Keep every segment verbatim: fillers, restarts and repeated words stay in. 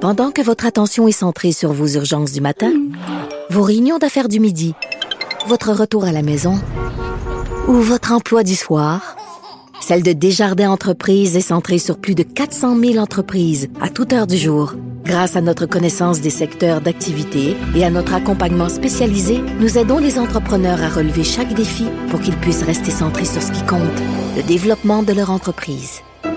Pendant que votre attention est centrée sur vos urgences du matin, vos réunions d'affaires du midi, votre retour à la maison ou votre emploi du soir, celle de Desjardins Entreprises est centrée sur plus de quatre cent mille entreprises à toute heure du jour. Grâce à notre connaissance des secteurs d'activité et à notre accompagnement spécialisé, nous aidons les entrepreneurs à relever chaque défi pour qu'ils puissent rester centrés sur ce qui compte, le développement de leur entreprise.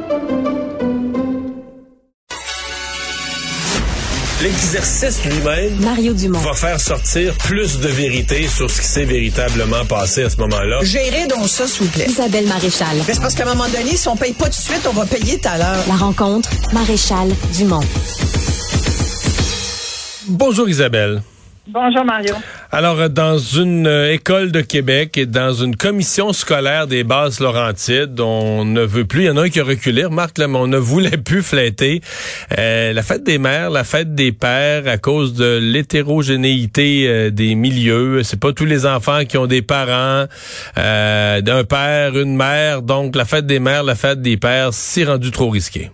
L'exercice lui-même Mario Dumont va faire sortir plus de vérité sur ce qui s'est véritablement passé à ce moment-là. Gérez donc ça, s'il vous plaît. Isabelle Maréchal. Mais c'est parce qu'à un moment donné, si on paye pas tout de suite, on va payer tout à l'heure. La rencontre, Maréchal Dumont. Bonjour Isabelle. Bonjour Mario. Alors, dans une euh, école de Québec et dans une commission scolaire des Basses Laurentides, on ne veut plus, il y en a un qui a reculé, remarque là, mais on ne voulait plus fléter euh, la fête des mères, la fête des pères à cause de l'hétérogénéité euh, des milieux. C'est pas tous les enfants qui ont des parents, euh, d'un père, une mère, donc la fête des mères, la fête des pères, c'est rendu trop risqué.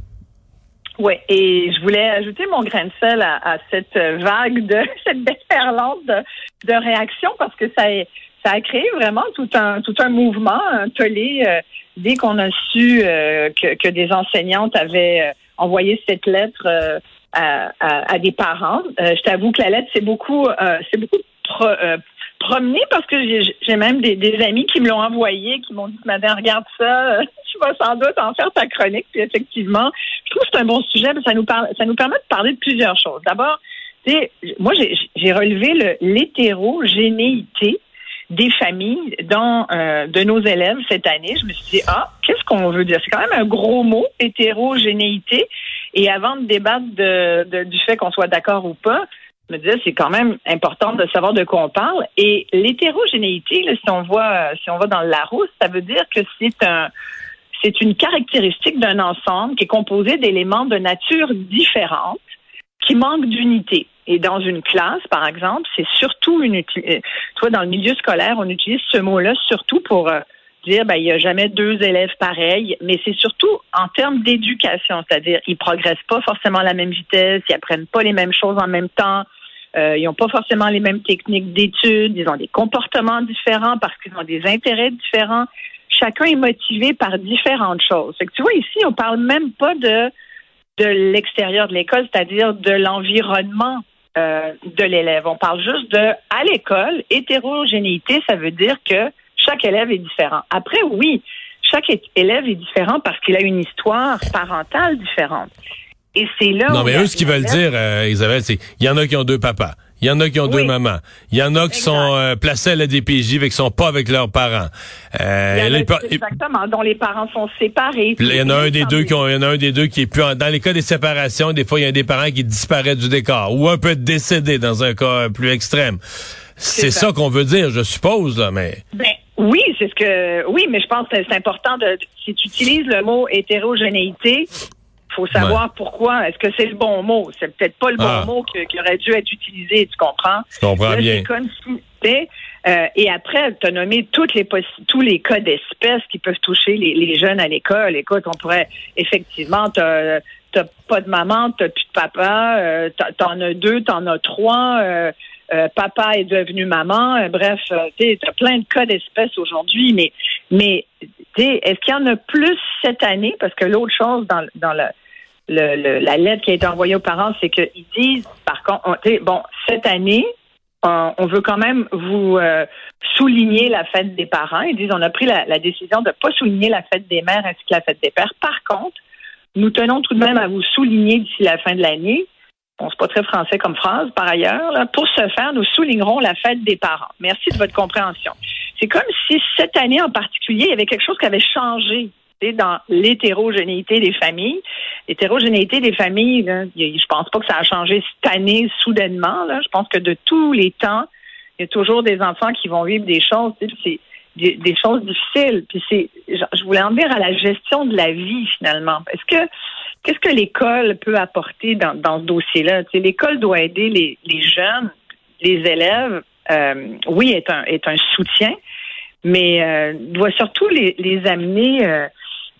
Oui, et je voulais ajouter mon grain de sel à, à cette vague de cette déferlante de, de réactions parce que ça a, ça a créé vraiment tout un tout un mouvement, un tollé euh, dès qu'on a su euh, que, que des enseignantes avaient euh, envoyé cette lettre euh, à, à, à des parents. Euh, je t'avoue que la lettre c'est beaucoup euh, c'est beaucoup pro, euh, promené parce que j'ai, j'ai même des, des amis qui me l'ont envoyé, qui m'ont dit « Madame, regarde ça, tu vas sans doute en faire ta chronique. » Puis effectivement, je trouve que c'est un bon sujet, mais ça nous parle, ça nous permet de parler de plusieurs choses. D'abord, tu sais, moi, j'ai, j'ai relevé le, l'hétérogénéité des familles dans euh, de nos élèves cette année. Je me suis dit, ah, qu'est-ce qu'on veut dire? C'est quand même un gros mot, hétérogénéité. Et avant de débattre de, de, du fait qu'on soit d'accord ou pas, je me disais, c'est quand même important de savoir de quoi on parle. Et l'hétérogénéité, là, si on voit, si on va dans le Larousse, ça veut dire que c'est un, c'est une caractéristique d'un ensemble qui est composé d'éléments de nature différente qui manquent d'unité. Et dans une classe, par exemple, c'est surtout une utilité. Tu vois, dans le milieu scolaire, on utilise ce mot-là surtout pour euh, dire, ben, il n'y a jamais deux élèves pareils, mais c'est surtout en termes d'éducation, c'est-à-dire, ils progressent pas forcément à la même vitesse, ils apprennent pas les mêmes choses en même temps, euh, ils n'ont pas forcément les mêmes techniques d'études, ils ont des comportements différents parce qu'ils ont des intérêts différents. Chacun est motivé par différentes choses. Fait que tu vois, ici, on parle même pas de de l'extérieur de l'école, c'est-à-dire de l'environnement euh, de l'élève. On parle juste de, à l'école, hétérogénéité, ça veut dire que chaque élève est différent. Après, oui, chaque élève est différent parce qu'il a une histoire parentale différente. Et c'est là non, où... mais eux, ce qu'ils veulent dire, euh, Isabelle, c'est il y en a qui ont deux papas. Il y en a qui ont oui. deux mamans. Il y en a qui exact. sont euh, placés à la D P J mais qui sont pas avec leurs parents. Euh, il y en a, là, exactement, dont les parents sont séparés. Il y en a un des deux qui ont, il y en a un des deux qui est plus en, dans les cas des séparations, des fois il y a des parents qui disparaissent du décor ou un peu décédés dans un cas plus extrême. C'est, c'est ça. ça qu'on veut dire, je suppose là, mais. Ben, oui, c'est ce que oui, mais je pense que c'est important de si tu utilises le mot hétérogénéité. Faut savoir ouais. pourquoi. Est-ce que c'est le bon mot? C'est peut-être pas le bon ah. mot que, qui aurait dû être utilisé, tu comprends? Je comprends Là, bien. C'est euh, et après, tu as nommé toutes les possi- tous les cas d'espèces qui peuvent toucher les, les jeunes à l'école. Écoute, on pourrait effectivement, t'as, t'as pas de maman, t'as plus de papa, euh, t'en as deux, t'en as trois, euh, euh, papa est devenu maman. Euh, bref, euh, tu as plein de cas d'espèces aujourd'hui, mais mais est-ce qu'il y en a plus cette année? Parce que l'autre chose dans, dans le Le, le, la lettre qui a été envoyée aux parents, c'est qu'ils disent, par contre, on, bon, cette année, on, on veut quand même vous euh, souligner la fête des parents. Ils disent, on a pris la, la décision de ne pas souligner la fête des mères ainsi que la fête des pères. Par contre, nous tenons tout de même à vous souligner d'ici la fin de l'année. Bon, c'est pas très français comme phrase, par ailleurs. Là. Pour ce faire, nous soulignerons la fête des parents. Merci de votre compréhension. C'est comme si cette année en particulier, il y avait quelque chose qui avait changé dans l'hétérogénéité des familles. L'hétérogénéité des familles, là, je pense pas que ça a changé cette année soudainement. Là. Je pense que de tous les temps, il y a toujours des enfants qui vont vivre des choses, c'est des, des choses difficiles. Puis c'est, je voulais en venir à la gestion de la vie finalement. Est-ce que qu'est-ce que l'école peut apporter dans, dans ce dossier-là? Tu sais, l'école doit aider les, les jeunes, les élèves. Euh, oui, est un est un soutien, mais euh, doit surtout les, les amener. Euh,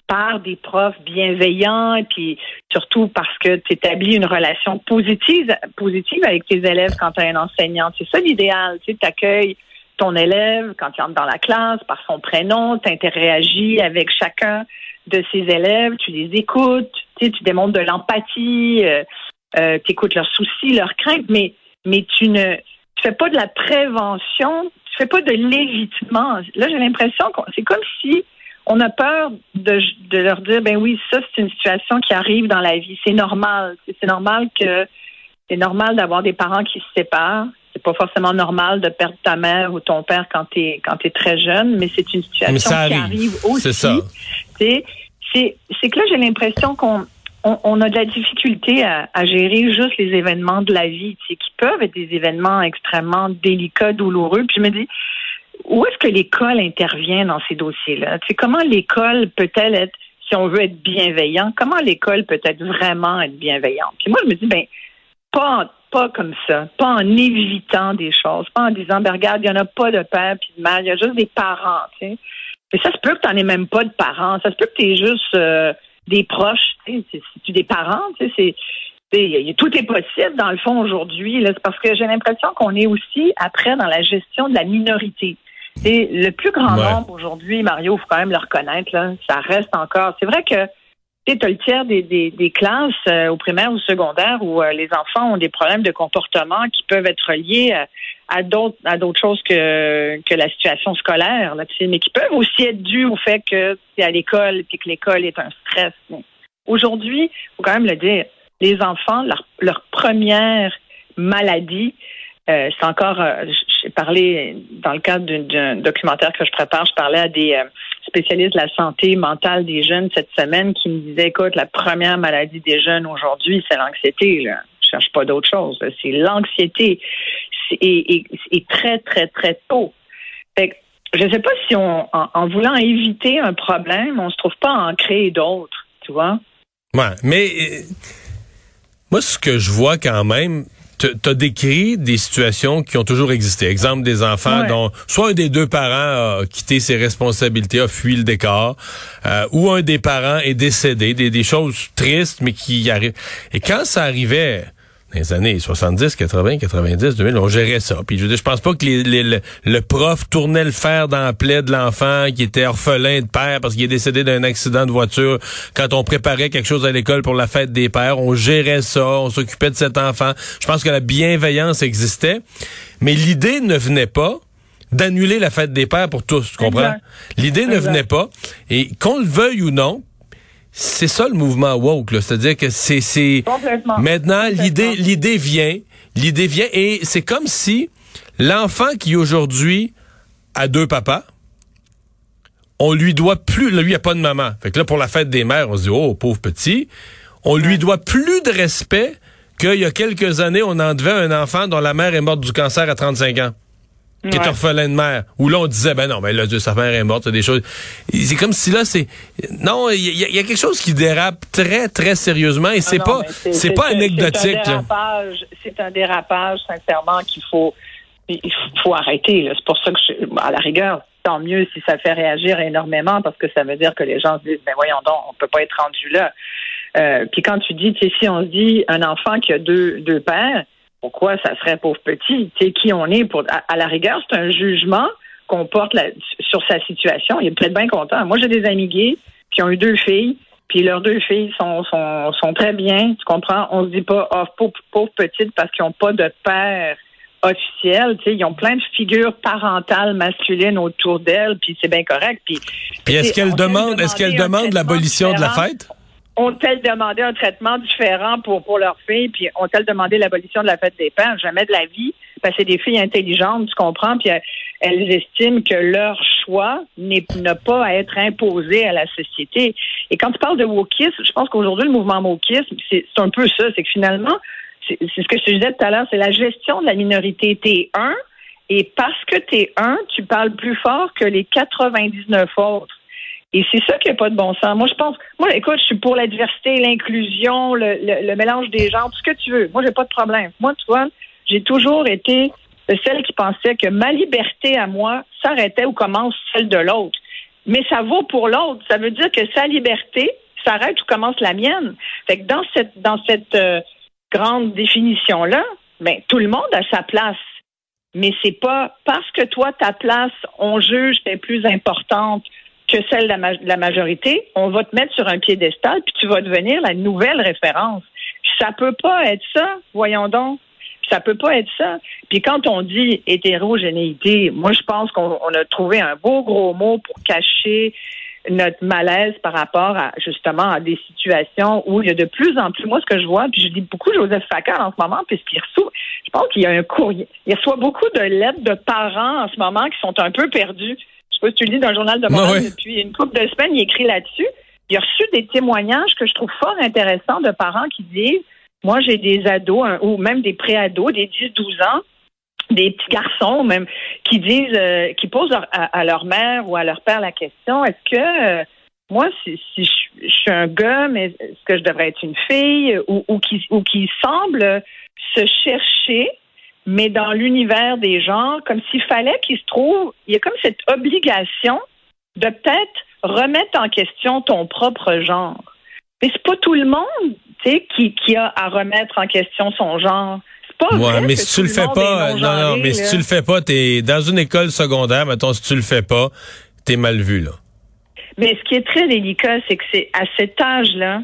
par des profs bienveillants, et puis surtout parce que tu établis une relation positive, positive avec tes élèves quand tu es un enseignant. C'est ça l'idéal, tu sais, t'accueilles ton élève quand il entre dans la classe par son prénom, tu interagis avec chacun de ses élèves, tu les écoutes, tu sais, tu démontres de l'empathie, euh, euh, tu écoutes leurs soucis, leurs craintes, mais mais tu ne tu fais pas de la prévention, tu fais pas de l'évitement. Là, j'ai l'impression que c'est comme si on a peur de, de leur dire, ben oui, ça, c'est une situation qui arrive dans la vie. C'est normal. C'est normal que c'est normal d'avoir des parents qui se séparent. C'est pas forcément normal de perdre ta mère ou ton père quand t'es quand t'es très jeune, mais c'est une situation qui arrive, arrive aussi. C'est ça. C'est, c'est, c'est que là, j'ai l'impression qu'on on, on a de la difficulté à, à gérer juste les événements de la vie, qui peuvent être des événements extrêmement délicats, douloureux. Puis je me dis, où est-ce que l'école intervient dans ces dossiers-là? Tu sais, comment l'école peut-elle être, si on veut être bienveillant, comment l'école peut être vraiment être bienveillante? Puis moi, je me dis, ben, pas, pas comme ça, pas en évitant des choses, pas en disant, ben regarde, il n'y en a pas de père puis de mère, il y a juste des parents, tu sais. Mais ça se peut que tu n'en aies même pas de parents, ça se peut que tu aies juste euh, des proches, tu sais, si tu des parents, tu sais, c'est... Tout est possible, dans le fond, aujourd'hui. Là, c'est parce que j'ai l'impression qu'on est aussi, après, dans la gestion de la minorité. Et le plus grand ouais. nombre aujourd'hui, Mario, il faut quand même le reconnaître, là, ça reste encore. C'est vrai que tu as le tiers des, des, des classes euh, au primaire ou secondaire où euh, les enfants ont des problèmes de comportement qui peuvent être liés à, à d'autres à d'autres choses que que la situation scolaire, là, mais qui peuvent aussi être dus au fait que c'est à l'école et que l'école est un stress. Mais aujourd'hui, il faut quand même le dire, les enfants, leur, leur première maladie, euh, c'est encore, euh, j'ai parlé dans le cadre d'un, d'un documentaire que je prépare, je parlais à des euh, spécialistes de la santé mentale des jeunes cette semaine qui me disaient, écoute, la première maladie des jeunes aujourd'hui, c'est l'anxiété, là. Je cherche pas d'autre chose, là. C'est l'anxiété. C'est, et, et, et très, très, très tôt. Fait que, je sais pas si on, en, en voulant éviter un problème, on se trouve pas à en créer d'autres, tu vois? Ouais, mais... Euh... Moi, ce que je vois quand même, tu as décrit des situations qui ont toujours existé. Exemple des enfants ouais. dont soit un des deux parents a quitté ses responsabilités, a fui le décor, euh, ou un des parents est décédé, des, des choses tristes, mais qui arrivent. Et quand ça arrivait dans les années soixante-dix, quatre-vingts, quatre-vingt-dix, deux mille, on gérait ça. Puis je veux dire, je pense pas que les, les, le, le prof tournait le fer dans la plaie de l'enfant qui était orphelin de père parce qu'il est décédé d'un accident de voiture. Quand on préparait quelque chose à l'école pour la fête des pères, on gérait ça, on s'occupait de cet enfant. Je pense que la bienveillance existait, mais l'idée ne venait pas d'annuler la fête des pères pour tous, tu comprends? Exact. L'idée exact. ne venait pas. Et qu'on le veuille ou non, c'est ça le mouvement woke, là. C'est-à-dire que c'est, c'est maintenant Complètement. l'idée, l'idée vient, l'idée vient, et c'est comme si l'enfant qui aujourd'hui a deux papas, on lui doit plus, là, lui il n'y a pas de maman. Fait que là pour la fête des mères, on se dit oh pauvre petit, on lui doit plus de respect qu'il y a quelques années on en devait un enfant dont la mère est morte du cancer à trente-cinq ans. Qui ouais. est orphelin de mère. Où là, on disait, ben non, ben là, sa mère est morte, c'est des choses. C'est comme si là, c'est. Non, il y, y a quelque chose qui dérape très, très sérieusement et c'est ah non, pas c'est, c'est, c'est pas c'est, anecdotique. C'est un dérapage, là. C'est un dérapage, sincèrement, qu'il faut, il faut arrêter. Là. C'est pour ça que, je, à la rigueur, tant mieux si ça fait réagir énormément parce que ça veut dire que les gens se disent, ben voyons donc, on peut pas être rendu là. Euh, puis quand tu dis, tu sais, si on se dit un enfant qui a deux, deux pères, pourquoi ça serait pauvre petit? Tu sais, qui on est pour. À, à la rigueur, c'est un jugement qu'on porte la, sur sa situation. Il est peut-être bien content. Moi, j'ai des amis gays qui ont eu deux filles, puis leurs deux filles sont, sont, sont très bien. Tu comprends? On se dit pas, oh, pauvre, pauvre petite parce qu'ils n'ont pas de père officiel. Tu sais, ils ont plein de figures parentales masculines autour d'elles, puis c'est bien correct. Puis, puis est-ce qu'elle demande, est-ce qu'elle demande l'abolition de la fête? Ont-elles demandé un traitement différent pour, pour leurs filles, puis ont-elles demandé l'abolition de la fête des pères? Jamais de la vie, parce que c'est des filles intelligentes, tu comprends, puis elles estiment que leur choix n'est, n'a pas à être imposé à la société. Et quand tu parles de wokisme, je pense qu'aujourd'hui, le mouvement wokisme, c'est, c'est un peu ça, c'est que finalement, c'est, c'est ce que je te disais tout à l'heure, c'est la gestion de la minorité. T'es un, et parce que t'es un, tu parles plus fort que les quatre-vingt-dix-neuf autres. Et c'est ça qui n'a pas de bon sens. Moi, je pense, moi, écoute, je suis pour la diversité, l'inclusion, le, le, le mélange des genres, tout ce que tu veux. Moi, j'ai pas de problème. Moi, tu vois, j'ai toujours été celle qui pensait que ma liberté à moi s'arrêtait où commence celle de l'autre. mais ça vaut pour l'autre. Ça veut dire que sa liberté s'arrête où commence la mienne. Fait que dans cette dans cette euh, grande définition-là, ben tout le monde a sa place. Mais c'est pas parce que toi, ta place, on juge est plus importante que celle de la, ma- de la majorité, on va te mettre sur un piédestal puis tu vas devenir la nouvelle référence. Puis ça peut pas être ça, voyons donc. Puis ça peut pas être ça. Puis quand on dit hétérogénéité, moi je pense qu'on on a trouvé un beau gros mot pour cacher notre malaise par rapport à justement à des situations où il y a de plus en plus, moi ce que je vois, puis je dis beaucoup Joseph Facal en ce moment, puisqu'il reçoit, je pense qu'il y a un courrier, il reçoit beaucoup de lettres de parents en ce moment qui sont un peu perdus. Je sais pas si tu le lis dans le Journal de Montréal oui. Depuis une couple de semaines, il écrit là-dessus. Il a reçu des témoignages que je trouve fort intéressants de parents qui disent, moi j'ai des ados, hein, ou même des pré-ados, des dix douze ans, des petits garçons même qui disent, euh, qui posent leur, à, à leur mère ou à leur père la question, est-ce que euh, moi, si, si je, je suis un gars, mais est-ce que je devrais être une fille, ou, ou qui ou qui semble se chercher, mais dans l'univers des genres, comme s'il fallait qu'il se trouve, il y a comme cette obligation de peut-être remettre en question ton propre genre. Mais c'est pas tout le monde, tu sais, qui, qui a à remettre en question son genre. Pas ouais, mais si tu le fais pas, non, non, mais là. si tu le fais pas, t'es dans une école secondaire, mettons, si tu le fais pas, t'es mal vu, là. Mais ce qui est très délicat, c'est que c'est à cet âge-là,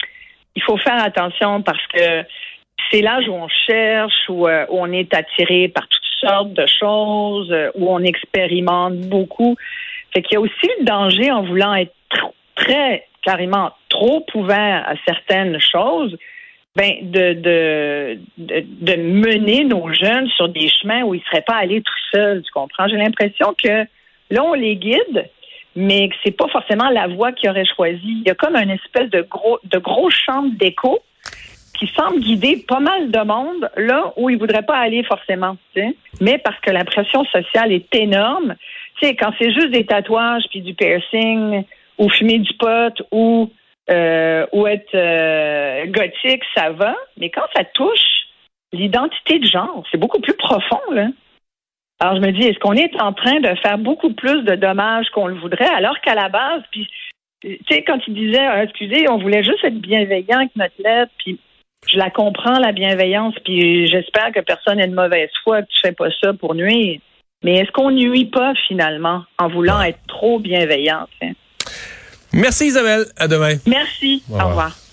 il faut faire attention parce que c'est l'âge où on cherche, où, euh, où on est attiré par toutes sortes de choses, euh, où on expérimente beaucoup. Fait qu'il y a aussi le danger en voulant être tr- très, carrément, trop ouvert à certaines choses. Ben, de, de, de, de mener nos jeunes sur des chemins où ils ne seraient pas allés tout seuls, tu comprends? J'ai l'impression que là, on les guide, mais que c'est pas forcément la voie qu'ils auraient choisie. Il y a comme une espèce de gros, de gros champ d'écho qui semble guider pas mal de monde là où ils ne voudraient pas aller forcément, tu sais. Mais parce que la pression sociale est énorme, tu sais, quand c'est juste des tatouages puis du piercing ou fumer du pot ou Euh, ou être euh, gothique, ça va. Mais quand ça touche l'identité de genre, c'est beaucoup plus profond, là. Alors, je me dis, est-ce qu'on est en train de faire beaucoup plus de dommages qu'on le voudrait, alors qu'à la base, puis, tu sais, quand il disait, ah, excusez, on voulait juste être bienveillant avec notre lettre, puis je la comprends, la bienveillance, puis j'espère que personne n'est de mauvaise foi, que tu fais pas ça pour nuire. Mais est-ce qu'on nuit pas, finalement, en voulant être trop bienveillant, t'sais? Merci Isabelle, à demain. Merci, au revoir. Au revoir.